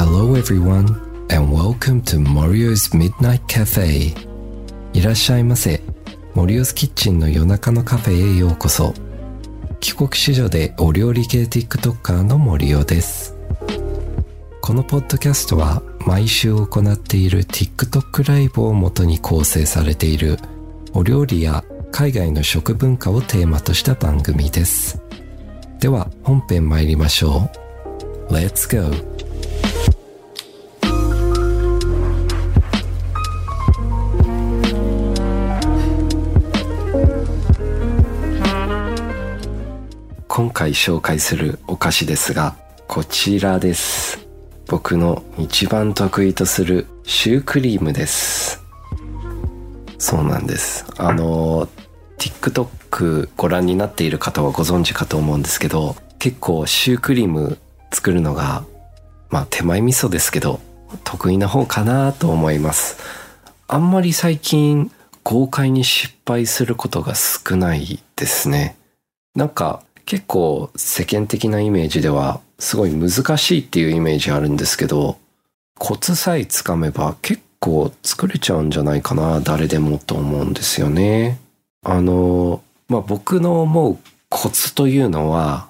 Hello everyone and welcome to Morio's Midnight Cafe. いらっしゃいませ。Morio's Kitchen の夜中のカフェへようこそ。帰国子女でお料理系 TikToker のMorioです。このポッドキャストは毎週行っている TikTok ライブを元に構成されているお料理や海外の食文化をテーマとした番組です。では本編参りましょう。Let's go! 今回紹介するお菓子ですが、こちらです。僕の一番得意とするシュークリームです。そうなんです。TikTok ご覧になっている方はご存知かと思うんですけど、結構シュークリーム作るのが手前味噌ですけど得意な方かなと思います。あんまり最近豪快に失敗することが少ないですね。なんか結構世間的なイメージではすごい難しいっていうイメージあるんですけど、コツさえつかめば結構作れちゃうんじゃないかな、誰でもと思うんですよね。僕の思うコツというのは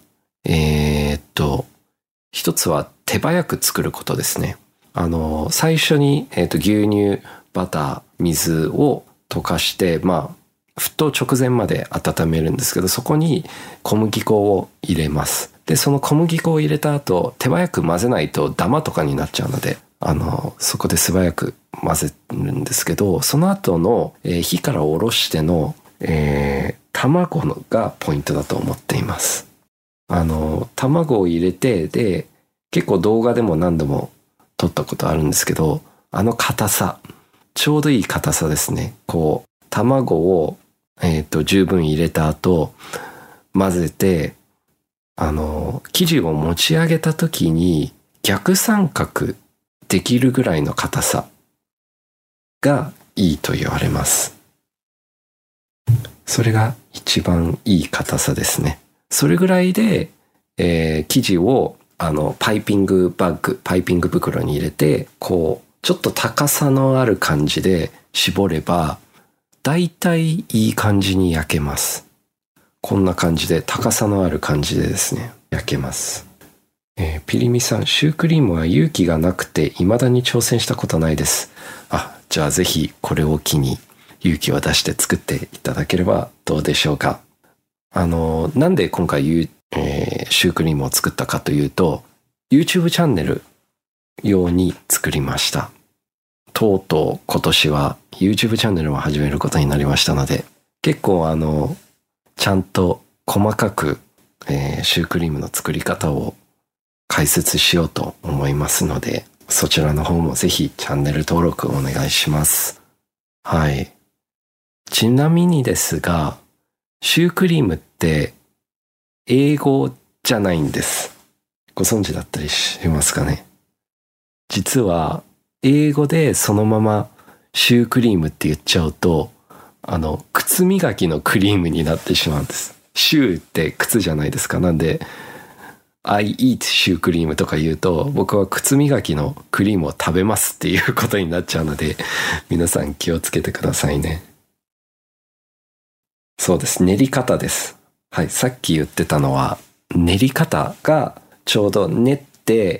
一つは手早く作ることですね。最初に、牛乳、バター、水を溶かして沸騰直前まで温めるんですけど、そこに小麦粉を入れます。でその小麦粉を入れた後、手早く混ぜないとダマとかになっちゃうのでそこで素早く混ぜるんですけど、その後の、火から下ろしての、卵がポイントだと思っています。卵を入れて、で結構動画でも何度も撮ったことあるんですけど、硬さ、ちょうどいい硬さですね。こう卵を、十分入れた後混ぜて、生地を持ち上げた時に逆三角できるぐらいの硬さがいいと言われます。それが一番いい硬さですね。それぐらいで、生地をパイピング袋に入れて、こうちょっと高さのある感じで絞ればだいたいいい感じに焼けます。こんな感じで高さのある感じでですね焼けます。ピリミさん、シュークリームは勇気がなくて未だに挑戦したことないです。じゃあぜひこれを機に勇気を出して作っていただければどうでしょうか。なんで今回シュークリームを作ったかというと、 YouTube チャンネル用に作りました。とうとう今年は YouTube チャンネルを始めることになりましたので、結構ちゃんと細かく、シュークリームの作り方を解説しようと思いますので、そちらの方もぜひチャンネル登録お願いします。はい。ちなみにですが、シュークリームって英語じゃないんです。ご存知だったりしますかね。実は英語でそのままシュークリームって言っちゃうと、靴磨きのクリームになってしまうんです。シューって靴じゃないですか。なんで I eat シュークリームとか言うと、僕は靴磨きのクリームを食べますっていうことになっちゃうので、皆さん気をつけてくださいね。そうです。練り方です。はい。さっき言ってたのは練り方がちょうど練って、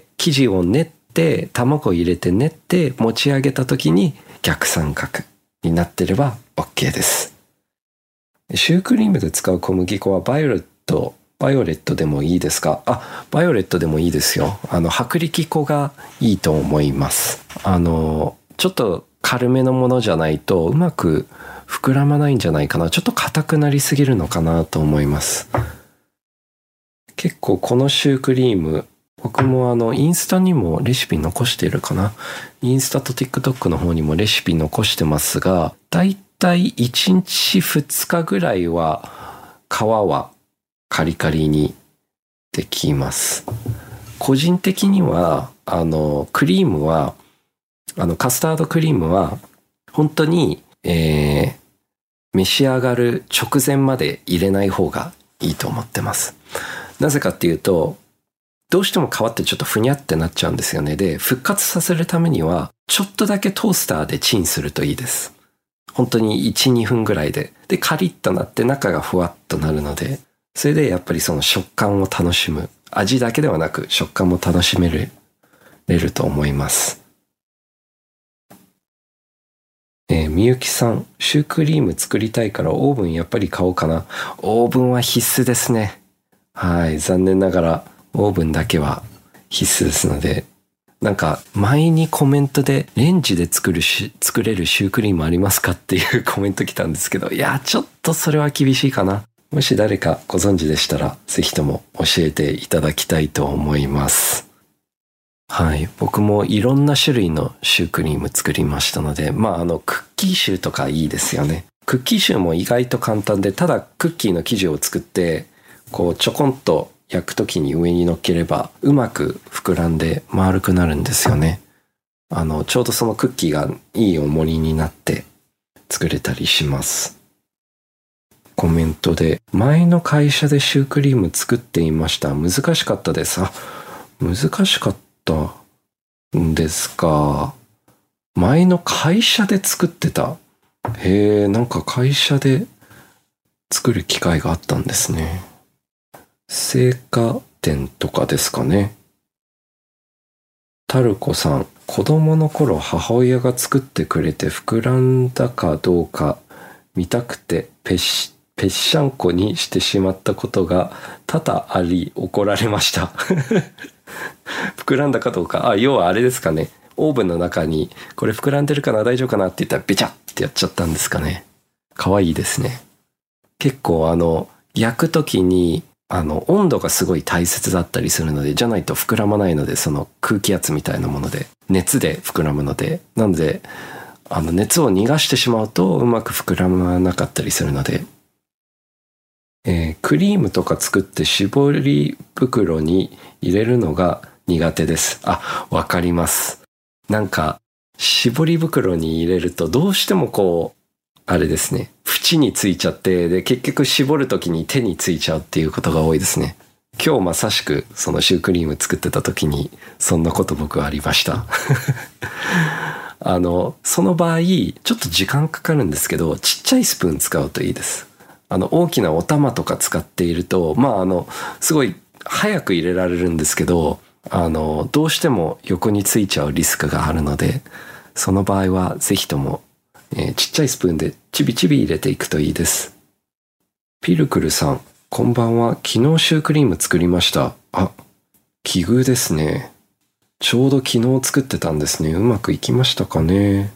生地を練って卵を入れて練って持ち上げた時に逆三角になってれば OK です。シュークリームで使う小麦粉はバイオレットでもいいですか？バイオレットでもいいですよ。薄力粉がいいと思います。ちょっと軽めのものじゃないとうまく膨らまないんじゃないかな。ちょっと硬くなりすぎるのかなと思います。結構このシュークリーム、僕もインスタにもレシピ残してるかな。インスタと TikTok の方にもレシピ残してますが、だいたい1日2日ぐらいは皮はカリカリにできます。個人的にはクリームはカスタードクリームは本当に、召し上がる直前まで入れない方がいいと思ってます。なぜかっていうと、 どうしても皮ってちょっとふにゃってなっちゃうんですよね。で、復活させるためには、ちょっとだけトースターでチンするといいです。本当に1、2分ぐらいで。で、カリッとなって中がふわっとなるので、それでやっぱりその食感を楽しむ。味だけではなく食感も楽しめれると思います。みゆきさん、シュークリーム作りたいからオーブンやっぱり買おうかな。オーブンは必須ですね。はい、残念ながらオーブンだけは必須ですので、なんか前にコメントでレンジで作れるシュークリームありますかっていうコメント来たんですけど、いや、ちょっとそれは厳しいかな。もし誰かご存知でしたら、ぜひとも教えていただきたいと思います。はい。僕もいろんな種類のシュークリーム作りましたので、クッキーシューとかいいですよね。クッキーシューも意外と簡単で、ただクッキーの生地を作って、こうちょこんと焼くときに上に乗っければ、うまく膨らんで丸くなるんですよね。ちょうどそのクッキーがいい重りになって作れたりします。コメントで、前の会社でシュークリーム作っていました。難しかったです。難しかったんですか。前の会社で作ってた。へえ、なんか会社で作る機会があったんですね。青果店とかですかね。タルコさん、子供の頃母親が作ってくれて膨らんだかどうか見たくてぺっしゃんこにしてしまったことが多々あり怒られました。膨らんだかどうか、要はあれですかね。オーブンの中にこれ膨らんでるかな大丈夫かなって言ったらベチャッってやっちゃったんですかね。かわいいですね。結構焼くときに温度がすごい大切だったりするので、じゃないと膨らまないので、その空気圧みたいなもので熱で膨らむので、なので熱を逃がしてしまうとうまく膨らまなかったりするので、クリームとか作って絞り袋に入れるのが苦手です。わかります。なんか絞り袋に入れるとどうしてもこうあれですね、縁についちゃって、で結局絞る時に手についちゃうっていうことが多いですね。今日まさしくそのシュークリーム作ってた時にそんなこと僕はありました。その場合ちょっと時間かかるんですけど、ちっちゃいスプーン使うといいです。大きなお玉とか使っていると、すごい早く入れられるんですけど、どうしても横についちゃうリスクがあるので、その場合はぜひとも、ちっちゃいスプーンでちびちび入れていくといいです。ピルクルさん、こんばんは。昨日シュークリーム作りました。奇遇ですね。ちょうど昨日作ってたんですね。うまくいきましたかね。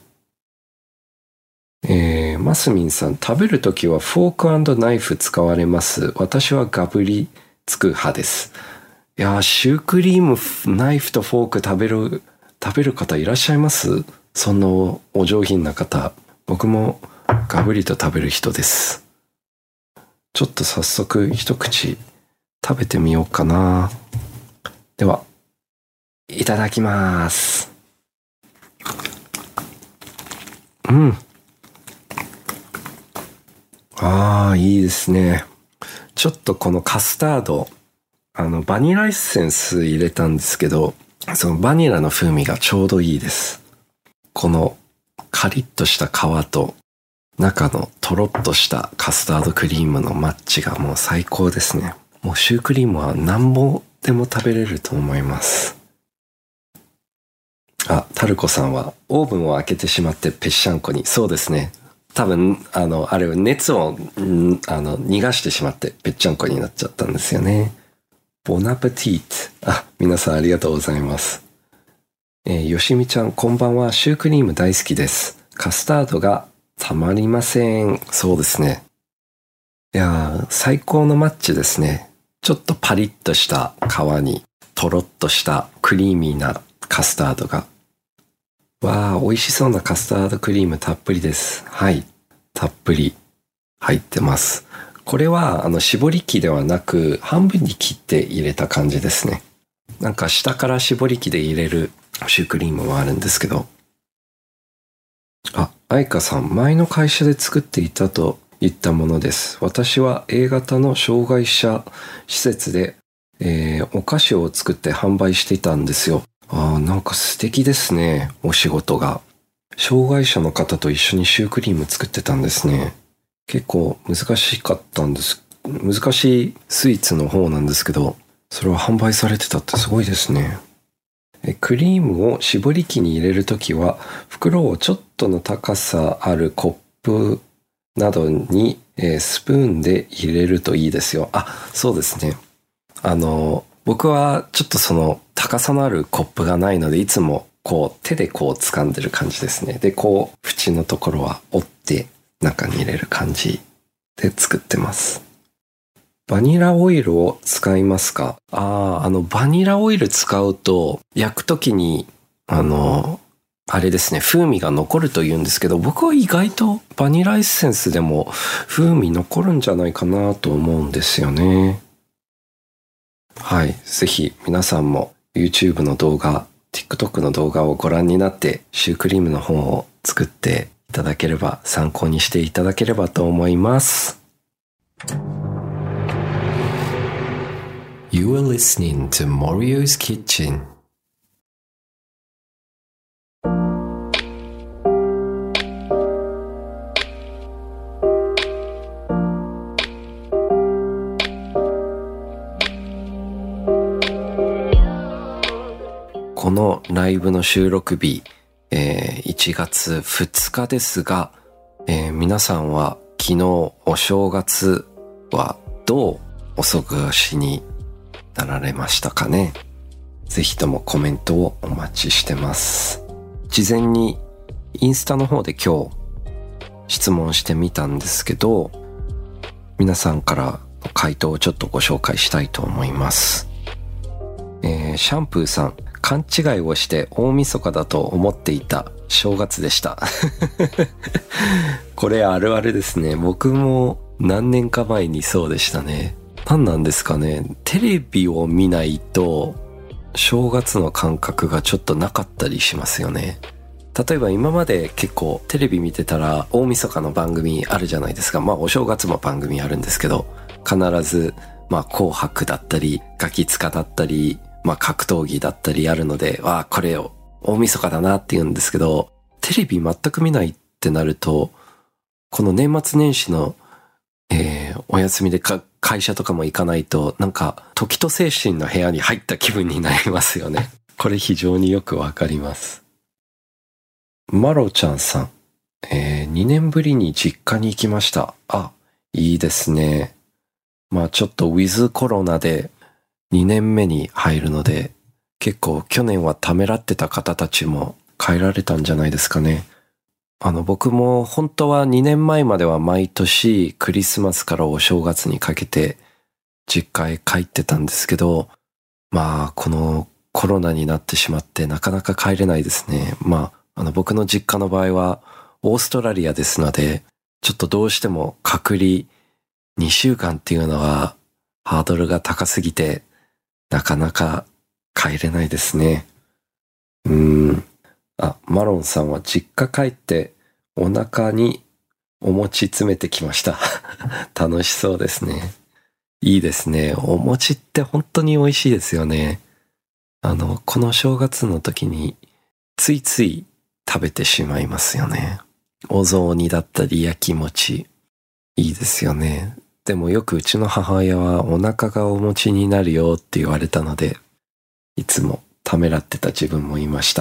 マスミンさん、食べるときはフォーク&ナイフ使われます。私はガブリつく派です。いやー、シュークリーム、ナイフとフォーク食べる方いらっしゃいます？そんなお上品な方。僕もガブリと食べる人です。ちょっと早速一口食べてみようかな。では、いただきます。いいですね。ちょっとこのカスタード、バニラエッセンス入れたんですけど、そのバニラの風味がちょうどいいです。このカリッとした皮と中のトロッとしたカスタードクリームのマッチがもう最高ですね。もうシュークリームは何本でも食べれると思います。タルコさんはオーブンを開けてしまってぺっしゃんこに。そうですね。多分、あれ熱を、逃がしてしまってぺっちゃんこになっちゃったんですよね。ボナペティート。皆さんありがとうございます。よしみちゃん、こんばんは。シュークリーム大好きです。カスタードがたまりません。そうですね。いやー、最高のマッチですね。ちょっとパリッとした皮に、とろっとしたクリーミーなカスタードが。美味しそうなカスタードクリームたっぷりです。はい。たっぷり入ってます。これは、絞り器ではなく、半分に切って入れた感じですね。なんか下から絞り器で入れるシュークリームもあるんですけど。愛花さん、前の会社で作っていたといったものです。私は A 型の障害者施設で、 お菓子を作って販売していたんですよ。なんか素敵ですね、お仕事が。障害者の方と一緒にシュークリーム作ってたんですね。結構難しかったんです。難しいスイーツの方なんですけど、それを販売されてたってすごいですね。クリームを絞り器に入れるときは、袋をちょっとの高さあるコップなどに、スプーンで入れるといいですよ。そうですね。僕はちょっとその高さのあるコップがないので、いつもこう手でこう掴んでる感じですね。で、こう縁のところは折って中に入れる感じで作ってます。バニラオイルを使いますか？バニラオイル使うと焼くときにあれですね、風味が残ると言うんですけど、僕は意外とバニラエッセンスでも風味残るんじゃないかなと思うんですよね。はい。ぜひ皆さんも YouTube の動画、TikTok の動画をご覧になってシュークリームの方を作っていただければ、参考にしていただければと思います。You are listening to Morio's Kitchen.このライブの収録日、1月2日ですが、皆さんは昨日お正月はどうお過ごしになられましたかね。ぜひともコメントをお待ちしてます。事前にインスタの方で今日質問してみたんですけど、皆さんからの回答をちょっとご紹介したいと思います。シャンプーさん、勘違いをして大晦日だと思っていた正月でしたこれあるあるですね。僕も何年か前にそうでしたね。何なんですかね、テレビを見ないと正月の感覚がちょっとなかったりしますよね。例えば今まで結構テレビ見てたら大晦日の番組あるじゃないですか。お正月も番組あるんですけど、必ず紅白だったりガキ使だったり格闘技だったりあるので、これを大晦日だなって言うんですけど、テレビ全く見ないってなると、この年末年始の、お休みで会社とかも行かないと、なんか時と精神の部屋に入った気分になりますよね。これ非常によくわかります。マロちゃんさん、2年ぶりに実家に行きました。いいですね。ちょっとウィズコロナで2年目に入るので、結構去年はためらってた方たちも帰られたんじゃないですかね。僕も本当は2年前までは毎年クリスマスからお正月にかけて実家へ帰ってたんですけど、このコロナになってしまってなかなか帰れないですね。僕の実家の場合はオーストラリアですので、ちょっとどうしても隔離2週間っていうのはハードルが高すぎて、なかなか帰れないですね。マロンさんは実家帰ってお腹にお餅詰めてきました。楽しそうですね。いいですね。お餅って本当に美味しいですよね。この正月の時についつい食べてしまいますよね。お雑煮だったり焼き餅。いいですよね。でもよくうちの母親はお腹がお餅になるよって言われたので、いつもためらってた自分もいました。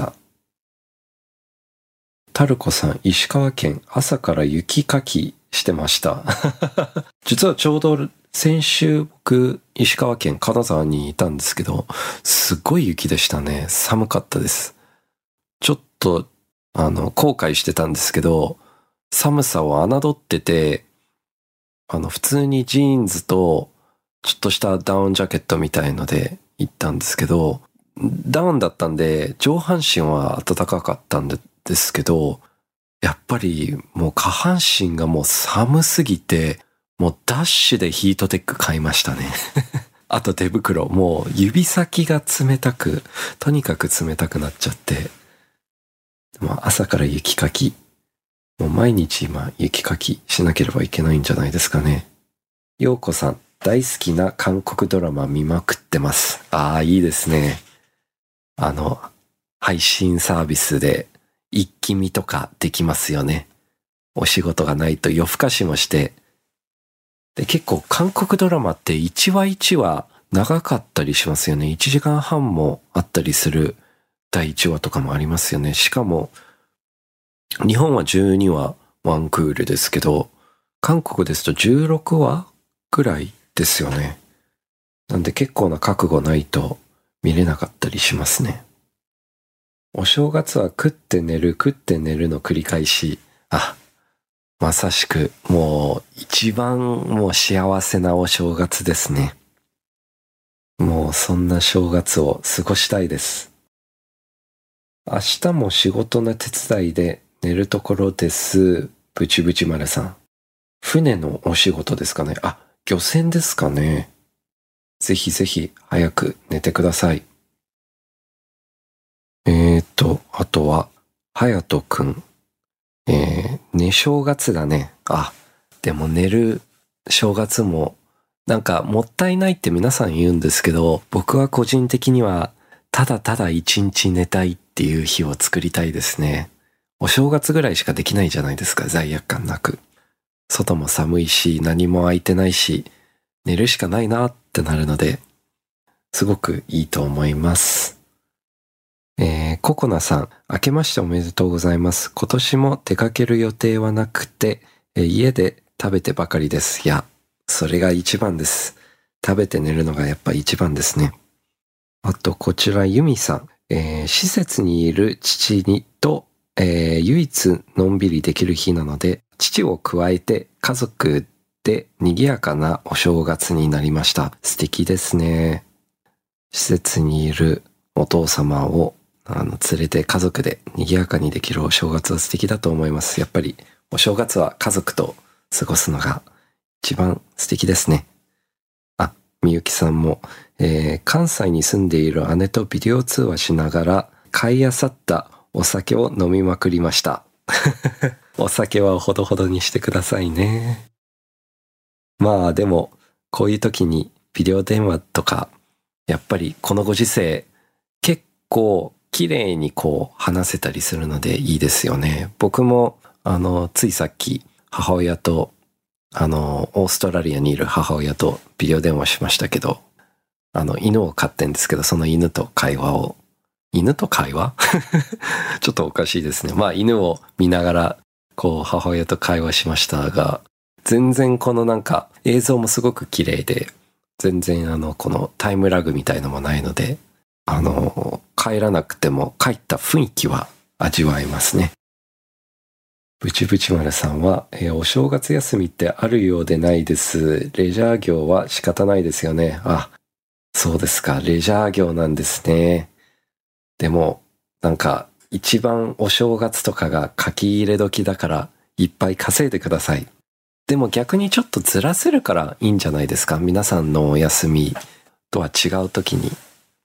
タルコさん、石川県朝から雪かきしてました。実はちょうど先週僕石川県金沢にいたんですけど、すっごい雪でしたね。寒かったです。ちょっと後悔してたんですけど、寒さを侮ってて、普通にジーンズとちょっとしたダウンジャケットみたいので行ったんですけど、ダウンだったんで上半身は暖かかったんですけど、やっぱりもう下半身がもう寒すぎて、もうダッシュでヒートテック買いましたね。あと手袋、もう指先が冷たく、とにかく冷たくなっちゃって、朝から雪かき、もう毎日今雪かきしなければいけないんじゃないですかね。ようこさん、 大好きな韓国ドラマ見まくってます。いいですね。配信サービスで一気見とかできますよね。お仕事がないと夜更かしもして。で、結構韓国ドラマって1話1話長かったりしますよね。1時間半もあったりする第1話とかもありますよね。しかも、日本は12話ワンクールですけど、韓国ですと16話くらいですよね。なんで結構な覚悟ないと見れなかったりしますね。お正月は食って寝るの繰り返し。まさしくもう一番もう幸せなお正月ですね。もうそんな正月を過ごしたいです。明日も仕事の手伝いで寝るところです。ブチブチ丸さん。船のお仕事ですかね。漁船ですかね。ぜひぜひ早く寝てください。あとは、はやとくん。寝正月だね。でも寝る正月も、なんかもったいないって皆さん言うんですけど、僕は個人的には、ただただ一日寝たいっていう日を作りたいですね。お正月ぐらいしかできないじゃないですか、罪悪感なく。外も寒いし、何も空いてないし、寝るしかないなってなるので、すごくいいと思います。ココナさん、明けましておめでとうございます。今年も出かける予定はなくて、家で食べてばかりです。いや、それが一番です。食べて寝るのがやっぱ一番ですね。あと、こちら、ユミさん。施設にいる父にと、唯一のんびりできる日なので、父を加えて家族で賑やかなお正月になりました。素敵ですね。施設にいるお父様を連れて家族で賑やかにできるお正月は素敵だと思います。やっぱりお正月は家族と過ごすのが一番素敵ですね。みゆきさんも、関西に住んでいる姉とビデオ通話しながら買い漁ったお酒を飲みまくりました。お酒はほどほどにしてくださいね。まあでもこういう時にビデオ電話とかやっぱりこのご時世結構綺麗に話せたりするのでいいですよね。僕もついさっき母親とオーストラリアにいる母親とビデオ電話しましたけど、犬を飼ってんですけど、その犬と会話ちょっとおかしいですね。まあ犬を見ながら母親と会話しましたが、全然なんか映像もすごく綺麗で、全然このタイムラグみたいのもないので、帰らなくても帰った雰囲気は味わえますね。ブチブチ丸さんは、お正月休みってあるようでないです。レジャー業は仕方ないですよね。そうですか。レジャー業なんですね。でも、なんか、一番お正月とかが書き入れ時だから、いっぱい稼いでください。でも逆にちょっとずらせるからいいんじゃないですか。皆さんのお休みとは違う時に。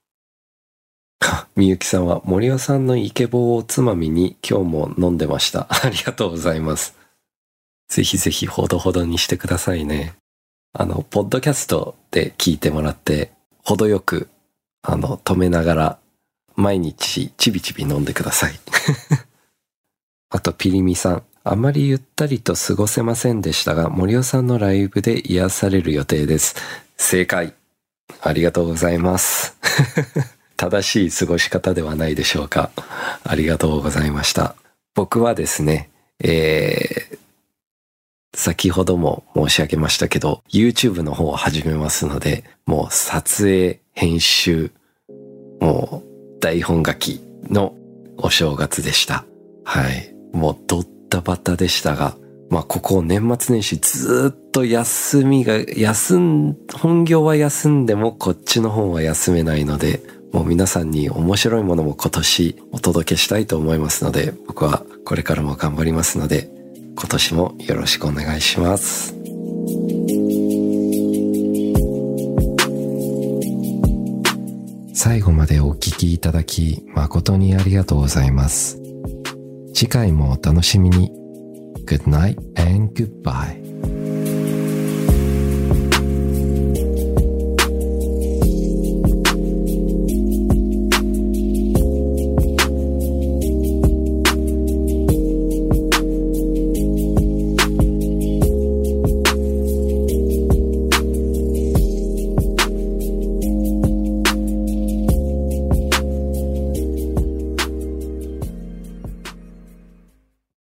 みゆきさんは森尾さんのイケボをおつまみに今日も飲んでました。ありがとうございます。ぜひぜひほどほどにしてくださいね。ポッドキャストで聞いてもらって、程よく、止めながら毎日ちびちび飲んでください。あとピリミさん。あまりゆったりと過ごせませんでしたが、森尾さんのライブで癒される予定です。正解。ありがとうございます。正しい過ごし方ではないでしょうか。ありがとうございました。僕はですね、先ほども申し上げましたけど、YouTube の方を始めますので、もう撮影、編集、もう台本書きのお正月でした。はい。もうドッタバタでしたが、ここ年末年始ずっと本業は休んでもこっちの方は休めないので、もう皆さんに面白いものも今年お届けしたいと思いますので、僕はこれからも頑張りますので、今年もよろしくお願いします。最後までお聞きいただき誠にありがとうございます。次回もお楽しみに。Good night and goodbye.